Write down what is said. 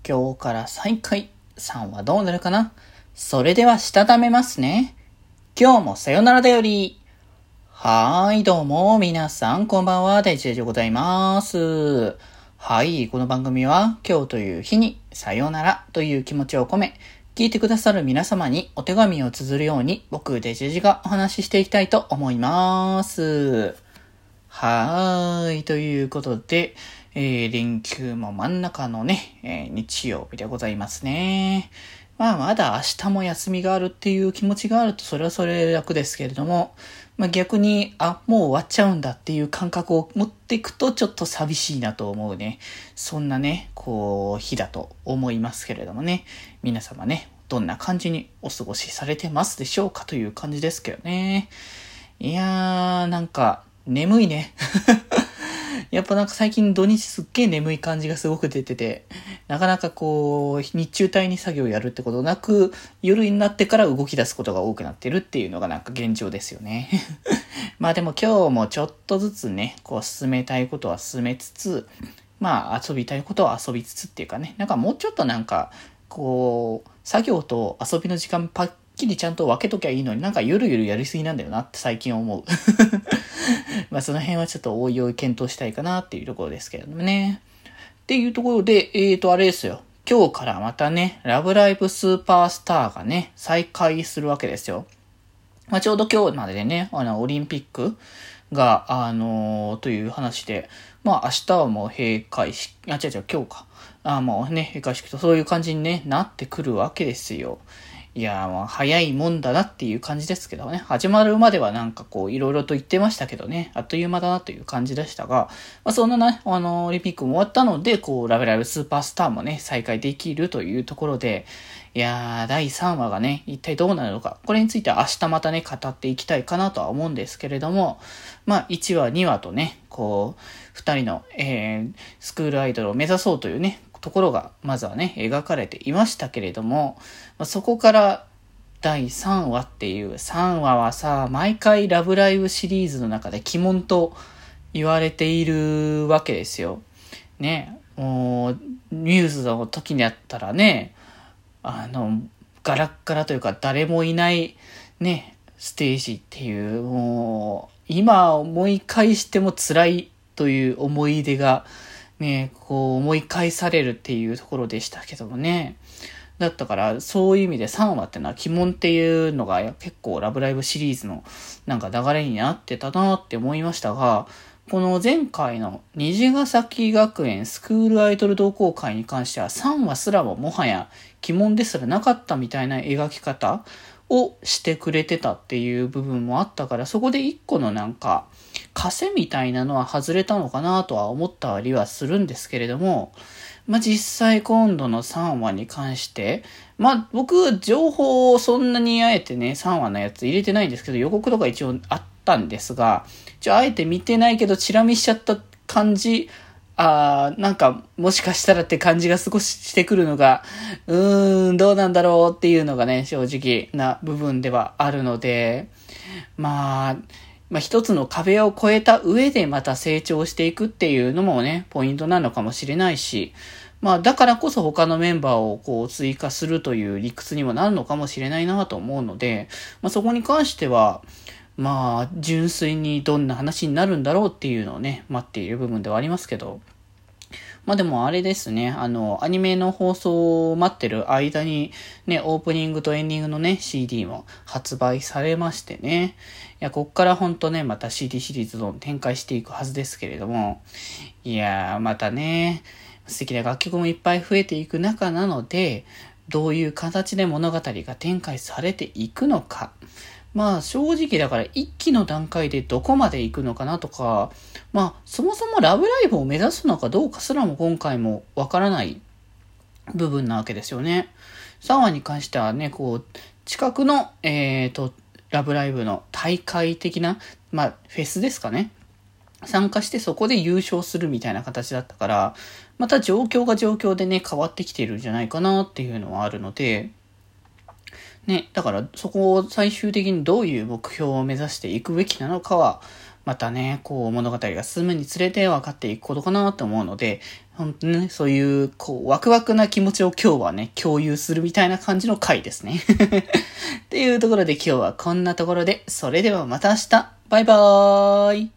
今日から再開。さんはどうなるかな。それではしたためますね。今日もさよならだより。どうも、皆さん、こんばんは、大地でございます。この番組は、今日という日に、さよならという気持ちを込め、聞いてくださる皆様にお手紙を綴るように、僕、デジェジがお話ししていきたいと思います。ということで、連休も真ん中のね、日曜日でございますね。まだ明日も休みがあるっていう気持ちがあると、それはそれで楽ですけれども、逆に、もう終わっちゃうんだっていう感覚を持っていくと、ちょっと寂しいなと思うね。そんなね、日だと思いますけれどもね。皆様ね、どんな感じにお過ごしされてますでしょうかという感じですけどね。なんか、眠いね。やっぱ最近土日すっげー眠い感じがすごく出てて、なかなか日中帯に作業をやるってことなく、夜になってから動き出すことが多くなってるっていうのが現状ですよね。でも今日もちょっとずつね、進めたいことは進めつつ、遊びたいことは遊びつつっていうかね、もうちょっと作業と遊びの時間パッキリちゃんと分けときゃいいのにゆるゆるやりすぎなんだよなって最近思う。その辺はちょっとおいおい検討したいかなっていうところですけれどもね。っていうところで、あれですよ。今日からまたね、ラブライブスーパースターがね、再開するわけですよ。ちょうど今日まででね、オリンピックが、という話で、明日はもう閉会式、今日か。もうね、閉会式とそういう感じに、ね、なってくるわけですよ。早いもんだなっていう感じですけどね。始まるまではいろいろと言ってましたけどね。あっという間だなという感じでしたが、そんなね、オリンピックも終わったので、ラブライブスーパースターもね、再開できるというところで、第3話がね、一体どうなるのか。これについては明日またね、語っていきたいかなとは思うんですけれども、1話、2話とね、二人の、スクールアイドルを目指そうというね、ところがまずはね描かれていましたけれども、そこから第3話っていう3話はさ、毎回ラブライブシリーズの中で鬼門と言われているわけですよね。もうニュースの時にあったらね、ガラッガラというか誰もいないねステージっていう、もう今思い返しても辛いという思い出がね、思い返されるっていうところでしたけどもね。だったから、そういう意味で3話ってのは鬼門っていうのが結構ラブライブシリーズの流れになってたなって思いましたが、この前回の虹ヶ崎学園スクールアイドル同好会に関しては3話すらももはや鬼門ですらなかったみたいな描き方をしてくれてたっていう部分もあったから、そこで一個の枷みたいなのは外れたのかなとは思ったりはするんですけれども、実際今度の3話に関して、僕情報をそんなにあえてね3話のやつ入れてないんですけど、予告とか一応あったんですが、あえて見てないけどチラ見しちゃった感じ、もしかしたらって感じが少ししてくるのが、どうなんだろうっていうのがね、正直な部分ではあるので、一つの壁を越えた上でまた成長していくっていうのもね、ポイントなのかもしれないし、だからこそ他のメンバーを追加するという理屈にもなるのかもしれないなと思うので、そこに関しては、純粋にどんな話になるんだろうっていうのをね、待っている部分ではありますけど、でもあれですね、アニメの放送を待ってる間に、ね、オープニングとエンディングのね、CD も発売されましてね。こっからほんとね、また CD シリーズを展開していくはずですけれども、またね、素敵な楽曲もいっぱい増えていく中なので、どういう形で物語が展開されていくのか。正直だから一期の段階でどこまで行くのかなとか、そもそもラブライブを目指すのかどうかすらも今回もわからない部分なわけですよね。3話に関してはね、近くの、ラブライブの大会的な、フェスですかね。参加してそこで優勝するみたいな形だったから、また状況が状況でね、変わってきているんじゃないかなっていうのはあるので、ね、だからそこを最終的にどういう目標を目指していくべきなのかは、 またね、こう物語が進むにつれて分かっていくことかなと思うので、本当にね、そういう、こう、ワクワクな気持ちを今日はね、共有するみたいな感じの回ですね。っていうところで今日はこんなところで、それではまた明日バイバーイ